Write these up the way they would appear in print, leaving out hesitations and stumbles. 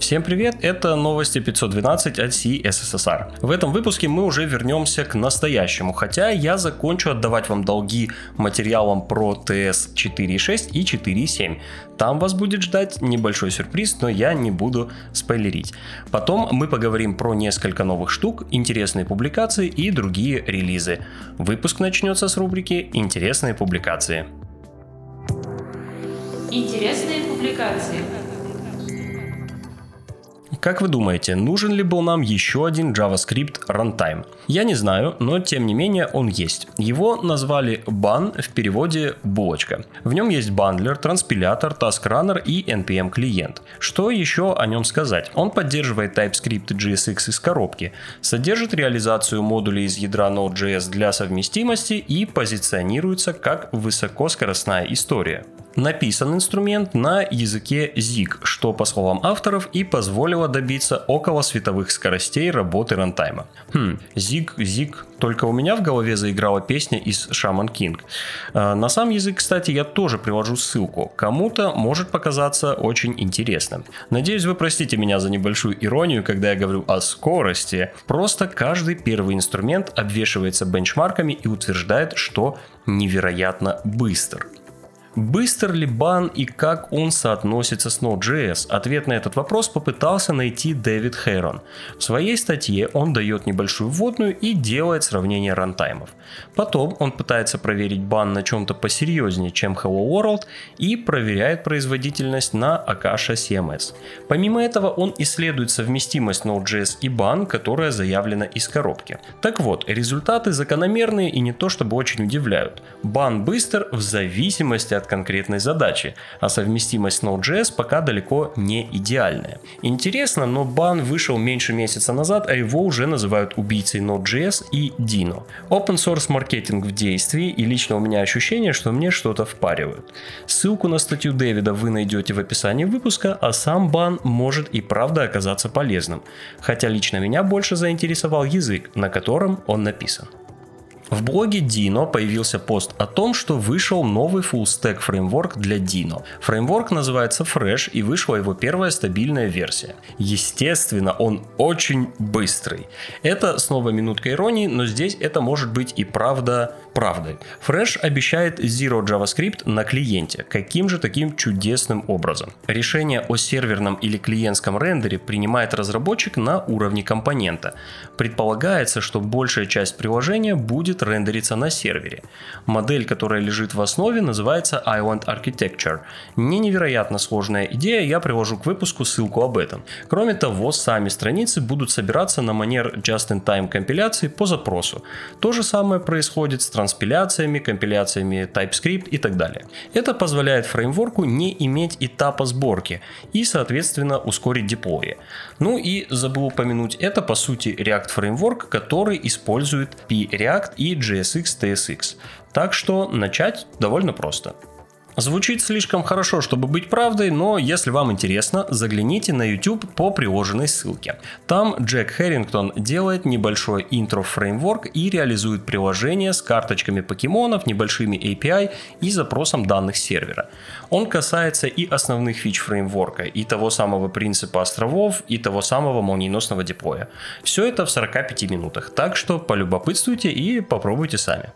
Всем привет, это новости 512 от CSSR. В этом выпуске мы уже вернемся к настоящему, хотя я закончу отдавать вам долги материалам про TS 4.6 и 4.7. Там вас будет ждать небольшой сюрприз, но я не буду спойлерить. Потом мы поговорим про несколько новых штук, интересные публикации и другие релизы. Выпуск начнется с рубрики «Интересные публикации». Интересные публикации. Как вы думаете, нужен ли был нам еще один JavaScript runtime? Я не знаю, но тем не менее он есть. Его назвали Bun, в переводе булочка. В нем есть бандлер, транспилятор, TaskRunner и NPM клиент. Что еще о нем сказать? Он поддерживает TypeScript и JSX из коробки, содержит реализацию модулей из ядра Node.js для совместимости и позиционируется как высокоскоростная история. Написан инструмент на языке Zig, что, по словам авторов, и позволило добиться около световых скоростей работы рантайма. Zig, только у меня в голове заиграла песня из Shaman King. На сам язык, кстати, я тоже приложу ссылку. Кому-то может показаться очень интересным. Надеюсь, вы простите меня за небольшую иронию, когда я говорю о скорости. Просто каждый первый инструмент обвешивается бенчмарками и утверждает, что невероятно быстр. Быстр ли Bun и как он соотносится с Node.js? Ответ на этот вопрос попытался найти Дэвид Хейрон. В своей статье он дает небольшую вводную и делает сравнение рантаймов. Потом он пытается проверить Bun на чем-то посерьезнее, чем Hello World, и проверяет производительность на Akasha CMS. Помимо этого он исследует совместимость Node.js и Bun, которая заявлена из коробки. Так вот, результаты закономерные и не то чтобы очень удивляют. Bun быстр в зависимости от конкретной задачи, а совместимость с Node.js пока далеко не идеальная. Интересно, но Bun вышел меньше месяца назад, а его уже называют убийцей Node.js и Dino. Open source маркетинг в действии, и лично у меня ощущение, что мне что-то впаривают. Ссылку на статью Дэвида вы найдете в описании выпуска, а сам Bun может и правда оказаться полезным. Хотя лично меня больше заинтересовал язык, на котором он написан. В блоге Dino появился пост о том, что вышел новый full-stack фреймворк для Dino. Фреймворк называется Fresh, и вышла его первая стабильная версия. Естественно, он очень быстрый. Это снова минутка иронии, но здесь это может быть и правда правдой. Fresh обещает Zero JavaScript на клиенте. Каким же таким чудесным образом? Решение о серверном или клиентском рендере принимает разработчик на уровне компонента. Предполагается, что большая часть приложения будет рендериться на сервере. Модель, которая лежит в основе, называется Island Architecture. Не невероятно сложная идея, я приложу к выпуску ссылку об этом. Кроме того, сами страницы будут собираться на манер just-in-time компиляции по запросу. То же самое происходит с транспиляциями, компиляциями TypeScript и так далее. Это позволяет фреймворку не иметь этапа сборки и, соответственно, ускорить деплои. Ну и забыл упомянуть, это по сути React фреймворк, который использует P-React и JSX TSX. Так что начать довольно просто. Звучит слишком хорошо, чтобы быть правдой, но если вам интересно, загляните на YouTube по приложенной ссылке. Там Джек Хэрингтон делает небольшой интро-фреймворк и реализует приложение с карточками покемонов, небольшими API и запросом данных сервера. Он касается и основных фич фреймворка, и того самого принципа островов, и того самого молниеносного деплоя. Все это в 45 минутах, так что полюбопытствуйте и попробуйте сами.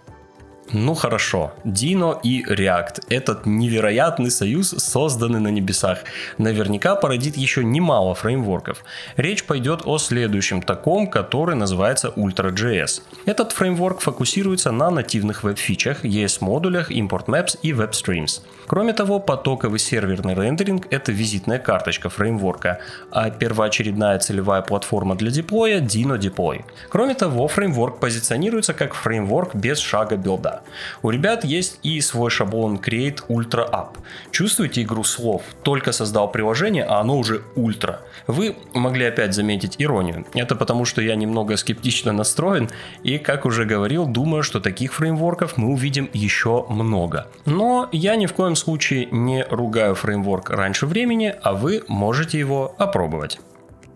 Ну хорошо, Dino и React, этот невероятный союз, созданный на небесах, наверняка породит еще немало фреймворков. Речь пойдет о следующем таком, который называется Ultra.js. Этот фреймворк фокусируется на нативных веб-фичах, ES-модулях, import maps и WebStreams. Кроме того, потоковый серверный рендеринг – это визитная карточка фреймворка, а первоочередная целевая платформа для деплоя – Dino Deploy. Кроме того, фреймворк позиционируется как фреймворк без шага билда. У ребят есть и свой шаблон Create Ultra App. Чувствуете игру слов? Только создал приложение, а оно уже ультра. Вы могли опять заметить иронию. Это потому, что я немного скептично настроен и, как уже говорил, думаю, что таких фреймворков мы увидим еще много. Но я ни в коем случае не ругаю фреймворк раньше времени, а вы можете его опробовать.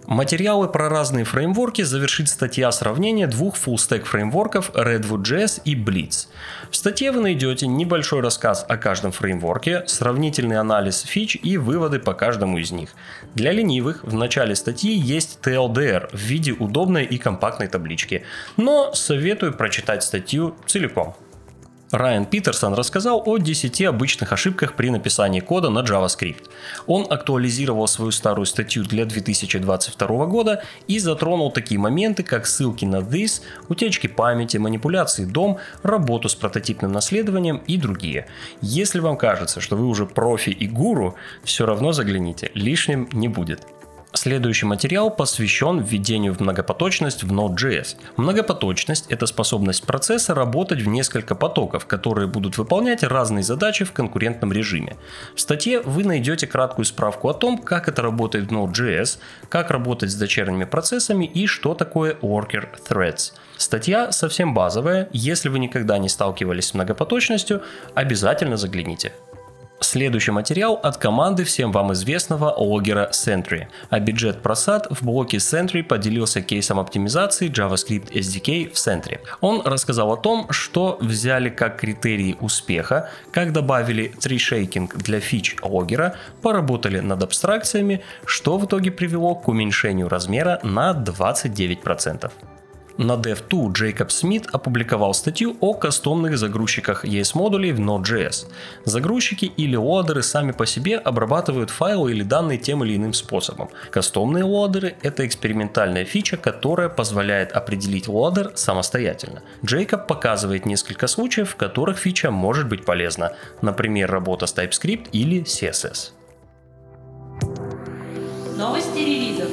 Материалы про разные фреймворки завершит статья сравнения двух фуллстек фреймворков Redwood.js и Blitz. В статье вы найдете небольшой рассказ о каждом фреймворке, сравнительный анализ фич и выводы по каждому из них. Для ленивых в начале статьи есть TLDR в виде удобной и компактной таблички, но советую прочитать статью целиком. Райан Питерсон рассказал о 10 обычных ошибках при написании кода на JavaScript. Он актуализировал свою старую статью для 2022 года и затронул такие моменты, как ссылки на this, утечки памяти, манипуляции DOM, работу с прототипным наследованием и другие. Если вам кажется, что вы уже профи и гуру, все равно загляните, лишним не будет. Следующий материал посвящен введению в многопоточность в Node.js. Многопоточность – это способность процесса работать в несколько потоков, которые будут выполнять разные задачи в конкурентном режиме. В статье вы найдете краткую справку о том, как это работает в Node.js, как работать с дочерними процессами и что такое Worker Threads. Статья совсем базовая, если вы никогда не сталкивались с многопоточностью, обязательно загляните. Следующий материал от команды всем вам известного логера Sentry. Abhijit Prasad в блоке Sentry поделился кейсом оптимизации JavaScript SDK в Sentry. Он рассказал о том, что взяли как критерии успеха, как добавили тришейкинг для фич логера, поработали над абстракциями, что в итоге привело к уменьшению размера на 29%. На Dev2 Джейкоб Смит опубликовал статью о кастомных загрузчиках ES-модулей в Node.js. Загрузчики или лоадеры сами по себе обрабатывают файлы или данные тем или иным способом. Кастомные лоадеры – это экспериментальная фича, которая позволяет определить лоадер самостоятельно. Джейкоб показывает несколько случаев, в которых фича может быть полезна, например, работа с TypeScript или CSS. Новости релизов.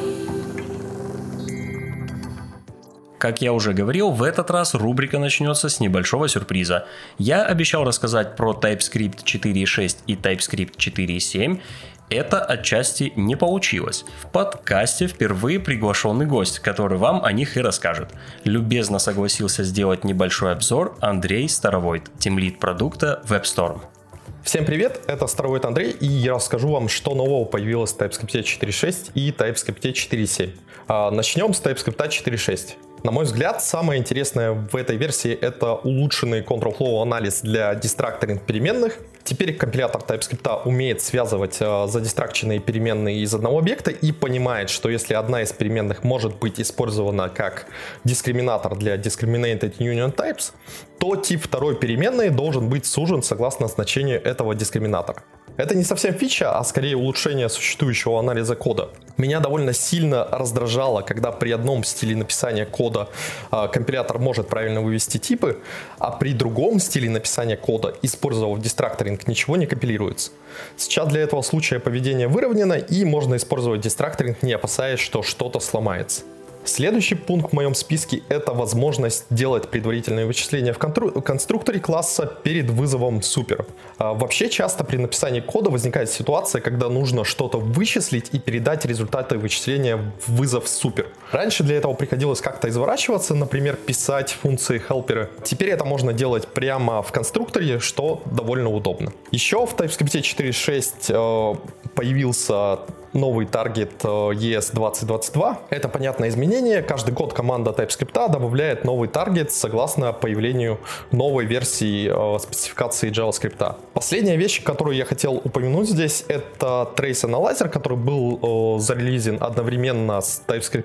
Как я уже говорил, в этот раз рубрика начнется с небольшого сюрприза. Я обещал рассказать про TypeScript 4.6 и TypeScript 4.7. Это отчасти не получилось. В подкасте впервые приглашенный гость, который вам о них и расскажет. Любезно согласился сделать небольшой обзор Андрей Старовойт, тимлид продукта WebStorm. Всем привет, это Старовойт Андрей, и я расскажу вам, что нового появилось в TypeScript 4.6 и TypeScript 4.7. Начнем с TypeScript 4.6. На мой взгляд, самое интересное в этой версии — это улучшенный control-flow анализ для дистракторинг переменных. Теперь компилятор TypeScript умеет связывать задистракченные переменные из одного объекта и понимает, что если одна из переменных может быть использована как дискриминатор для discriminated union types, то тип второй переменной должен быть сужен согласно значению этого дискриминатора. Это не совсем фича, а скорее улучшение существующего анализа кода. Меня довольно сильно раздражало, когда при одном стиле написания кода компилятор может правильно вывести типы, а при другом стиле написания кода, использовав дистракторинг, ничего не компилируется. Сейчас для этого случая поведение выровнено, и можно использовать дистракторинг, не опасаясь, что что-то сломается. Следующий пункт в моем списке — это возможность делать предварительные вычисления в конструкторе класса перед вызовом супер. Вообще часто при написании кода возникает ситуация, когда нужно что-то вычислить и передать результаты вычисления в вызов супер. Раньше для этого приходилось как-то изворачиваться, например, писать функции helper. Теперь это можно делать прямо в конструкторе, что довольно удобно. Еще в TypeScript 4.6 появился новый таргет ES2022. Это понятное изменение. Каждый год команда TypeScript добавляет новый таргет согласно появлению новой версии спецификации JavaScript. Последняя вещь, которую я хотел упомянуть здесь, это Trace Analyzer, который был зарелизен одновременно с TypeScript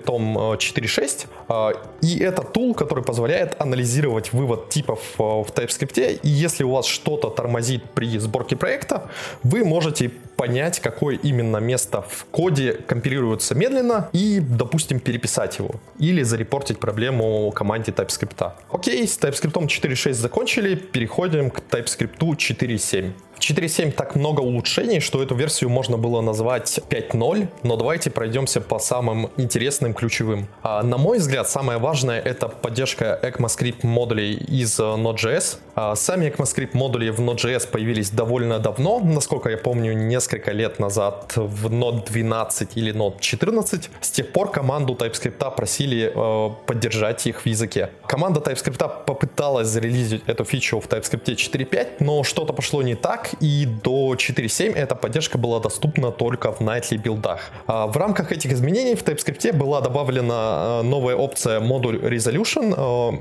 4.6. И это тул, который позволяет анализировать вывод типов в TypeScript. И если у вас что-то тормозит при сборке проекта, вы можете понять, какое именно место в коде компилируется медленно и, допустим, переписать его. Или зарепортить проблему команде TypeScript. Окей, с TypeScript 4.6 закончили, переходим к TypeScript 4.7. В 4.7 так много улучшений, что эту версию можно было назвать 5.0, но давайте пройдемся по самым интересным ключевым. На мой взгляд, самое важное — это поддержка ECMAScript модулей из Node.js. Сами ECMAScript модули в Node.js появились довольно давно, насколько я помню, несколько лет назад в Node Node 12 или Node 14, с тех пор команду TypeScript просили поддержать их в языке. Команда TypeScript попыталась зарелизить эту фичу в TypeScript 4.5, но что-то пошло не так, и до 4.7 эта поддержка была доступна только в nightly билдах. В рамках этих изменений в TypeScript была добавлена новая опция Module Resolution,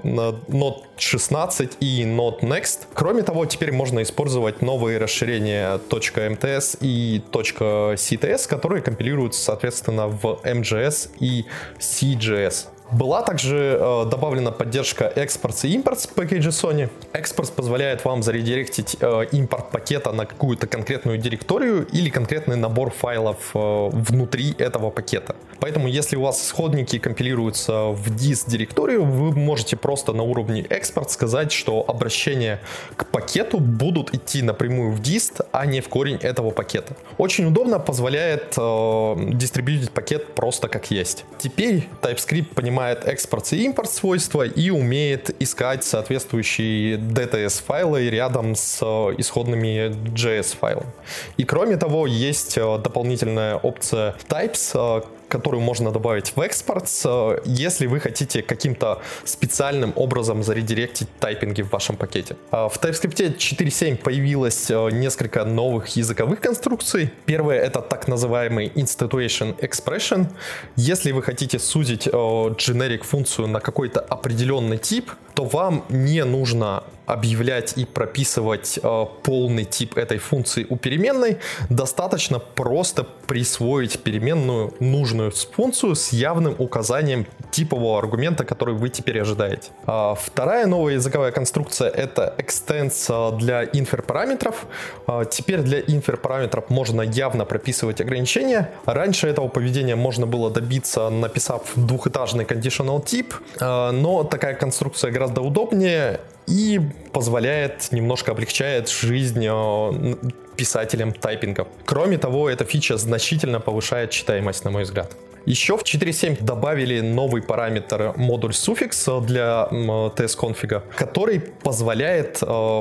Node 16 и Node Next. Кроме того, теперь можно использовать новые расширения .mts и .cts, которые компилируются, соответственно, в MJS и CJS. Была также добавлена поддержка Exports и Imports в пакете Sony. Exports позволяет вам заредиректить импорт пакета на какую-то конкретную директорию или конкретный набор файлов внутри этого пакета. Поэтому, если у вас исходники компилируются в dist-директорию, вы можете просто на уровне Export сказать, что обращения к пакету будут идти напрямую в dist, а не в корень этого пакета. Очень удобно, позволяет дистрибьютить пакет просто как есть. Теперь TypeScript понимает экспорт и импорт свойства и умеет искать соответствующие DTS файлы рядом с исходными JS файлами. И кроме того, есть дополнительная опция Types, которую можно добавить в Exports, если вы хотите каким-то специальным образом заредиректить тайпинги в вашем пакете. В TypeScript 4.7 появилось несколько новых языковых конструкций. Первое — это так называемый Institution Expression. Если вы хотите сузить generic функцию на какой-то определенный тип, то вам не нужно объявлять и прописывать полный тип этой функции у переменной. Достаточно просто присвоить переменную нужную функцию с явным указанием типового аргумента, который вы теперь ожидаете. Вторая новая языковая конструкция — это extends для infer параметров. Теперь для infer параметров можно явно прописывать ограничения. Раньше этого поведения можно было добиться, написав двухэтажный conditional тип, но такая конструкция гораздо удобнее и позволяет, немножко облегчает жизнь писателям тайпингов. Кроме того, эта фича значительно повышает читаемость, на мой взгляд. Еще в 4.7 добавили новый параметр модуль суффикс для TS-конфига, который позволяет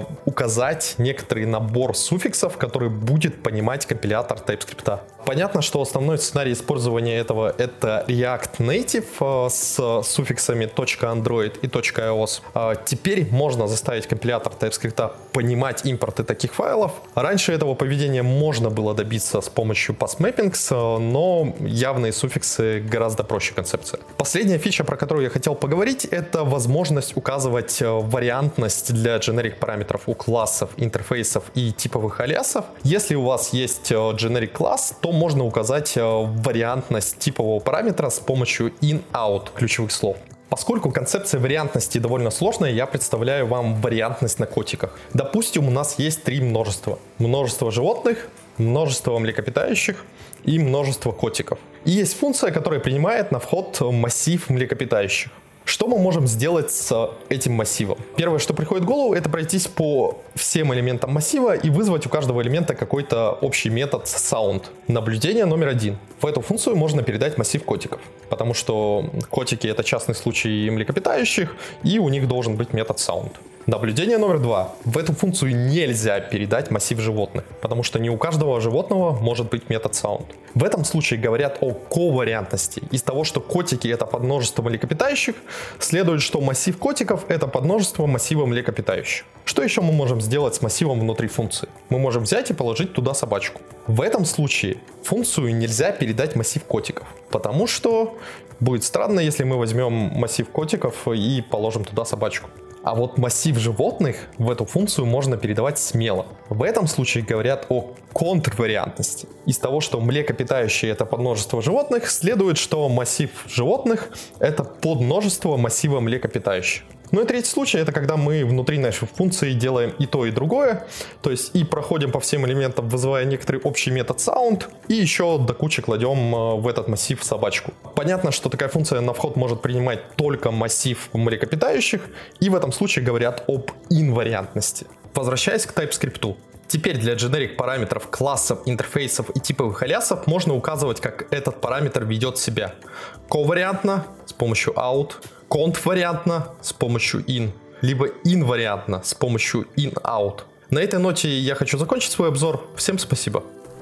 указать некоторый набор суффиксов, который будет понимать компилятор TypeScript. Понятно, что основной сценарий использования этого — это React Native с суффиксами .android и .ios. Теперь можно заставить компилятор TypeScript понимать импорты таких файлов. Раньше этого поведения можно было добиться с помощью path mappings, но явные суффиксы гораздо проще концепция. Последняя фича, про которую я хотел поговорить, это возможность указывать вариантность для generic параметров у классов, интерфейсов и типовых алиасов. Если у вас есть generic класс, то можно указать вариантность типового параметра с помощью in-out ключевых слов. Поскольку концепция вариантности довольно сложная, я представляю вам вариантность на котиках. Допустим, у нас есть три множества. Множество животных, множество млекопитающих и множество котиков. И есть функция, которая принимает на вход массив млекопитающих. Что мы можем сделать с этим массивом? Первое, что приходит в голову, это пройтись по всем элементам массива и вызвать у каждого элемента какой-то общий метод sound. Наблюдение номер 1. В эту функцию можно передать массив котиков, потому что котики — это частный случай млекопитающих, и у них должен быть метод sound. Наблюдение номер 2. В эту функцию нельзя передать массив животных, потому что не у каждого животного может быть метод sound. В этом случае говорят о ковариантности. Из того, что котики — это подмножество млекопитающих, следует, что массив котиков — это подмножество массива млекопитающих. Что еще мы можем сделать с массивом внутри функции? Мы можем взять и положить туда собачку. В этом случае функцию нельзя передать массив котиков, потому что будет странно, если мы возьмем массив котиков и положим туда собачку. А вот массив животных в эту функцию можно передавать смело. В этом случае говорят о контрвариантности. Из того, что млекопитающие — это подмножество животных, следует, что массив животных — это подмножество массива млекопитающих. Ну и третий случай — это когда мы внутри нашей функции делаем и то, и другое, то есть и проходим по всем элементам, вызывая некоторый общий метод sound, и еще до кучи кладем в этот массив собачку. Понятно, что такая функция на вход может принимать только массив млекопитающих, и в этом случае говорят об инвариантности. Возвращаясь к TypeScript. Теперь для generic параметров классов, интерфейсов и типовых алиасов можно указывать, как этот параметр ведет себя. Ковариантно с помощью out, контвариантно с помощью in, либо инвариантно с помощью in-out. На этой ноте я хочу закончить свой обзор. Всем спасибо.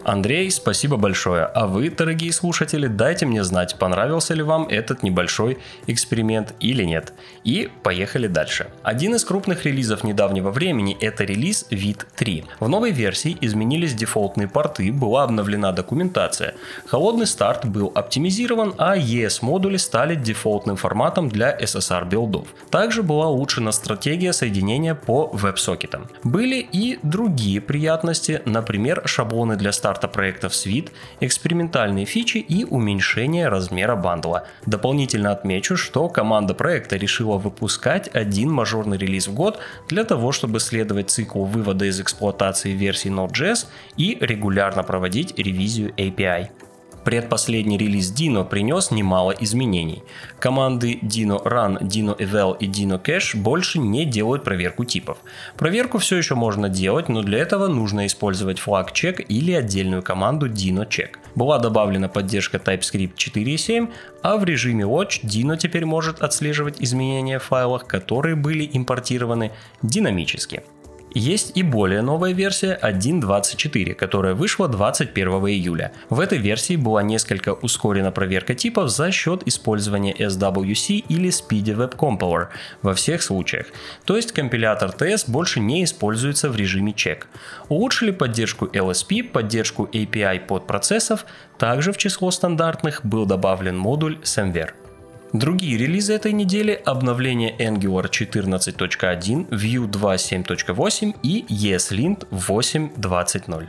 Андрей, спасибо большое. А вы, дорогие слушатели, дайте мне знать, понравился ли вам этот небольшой эксперимент или нет. И поехали дальше. Один из крупных релизов недавнего времени – это релиз Vite 3. В новой версии изменились дефолтные порты, была обновлена документация. Холодный старт был оптимизирован, а ES-модули стали дефолтным форматом для SSR-билдов. Также была улучшена стратегия соединения по веб-сокетам. Были и другие приятности, например, шаблоны для старта проектов с Vite, экспериментальные фичи и уменьшение размера бандла. Дополнительно отмечу, что команда проекта решила выпускать один мажорный релиз в год для того, чтобы следовать циклу вывода из эксплуатации версий Node.js и регулярно проводить ревизию API. Предпоследний релиз Dino принес немало изменений. Команды Dino Run, Dino Eval и Dino Cache больше не делают проверку типов. Проверку все еще можно делать, но для этого нужно использовать flag check или отдельную команду Dino Check. Была добавлена поддержка TypeScript 4.7, а в режиме Watch Dino теперь может отслеживать изменения в файлах, которые были импортированы динамически. Есть и более новая версия 1.24, которая вышла 21 июля. В этой версии была несколько ускорена проверка типов за счет использования SWC или Speedy Web Compiler во всех случаях. То есть компилятор TS больше не используется в режиме check. Улучшили поддержку LSP, поддержку API подпроцессов, также в число стандартных был добавлен модуль Semver. Другие релизы этой недели – обновление Angular 14.1, Vue 2.7.8 и ESLint 8.20.0.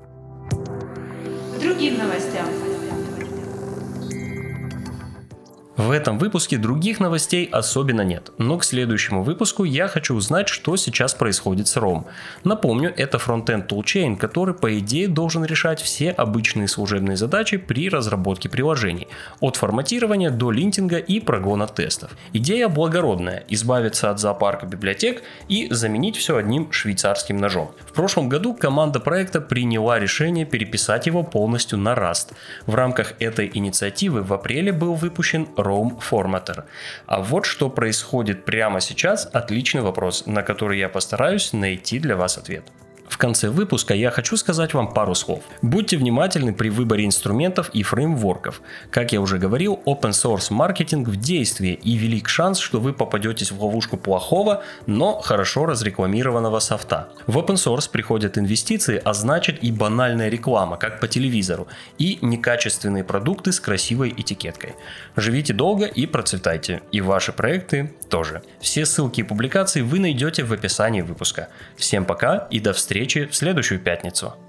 К другим новостям. В этом выпуске других новостей особенно нет, но к следующему выпуску я хочу узнать, что сейчас происходит с ROM. Напомню, это фронтенд toolchain, который по идее должен решать все обычные служебные задачи при разработке приложений, от форматирования до линтинга и прогона тестов. Идея благородная – избавиться от зоопарка библиотек и заменить все одним швейцарским ножом. В прошлом году команда проекта приняла решение переписать его полностью на Rust. В рамках этой инициативы в апреле был выпущен ROM Formatter. А вот что происходит прямо сейчас – отличный вопрос, на который я постараюсь найти для вас ответ. В конце выпуска я хочу сказать вам пару слов. Будьте внимательны при выборе инструментов и фреймворков. Как я уже говорил, open source маркетинг в действии, и велик шанс, что вы попадетесь в ловушку плохого, но хорошо разрекламированного софта. В open source приходят инвестиции, а значит и банальная реклама, как по телевизору, и некачественные продукты с красивой этикеткой. Живите долго и процветайте, и ваши проекты тоже. Все ссылки и публикации вы найдете в описании выпуска. Всем пока и до встречи в следующую пятницу.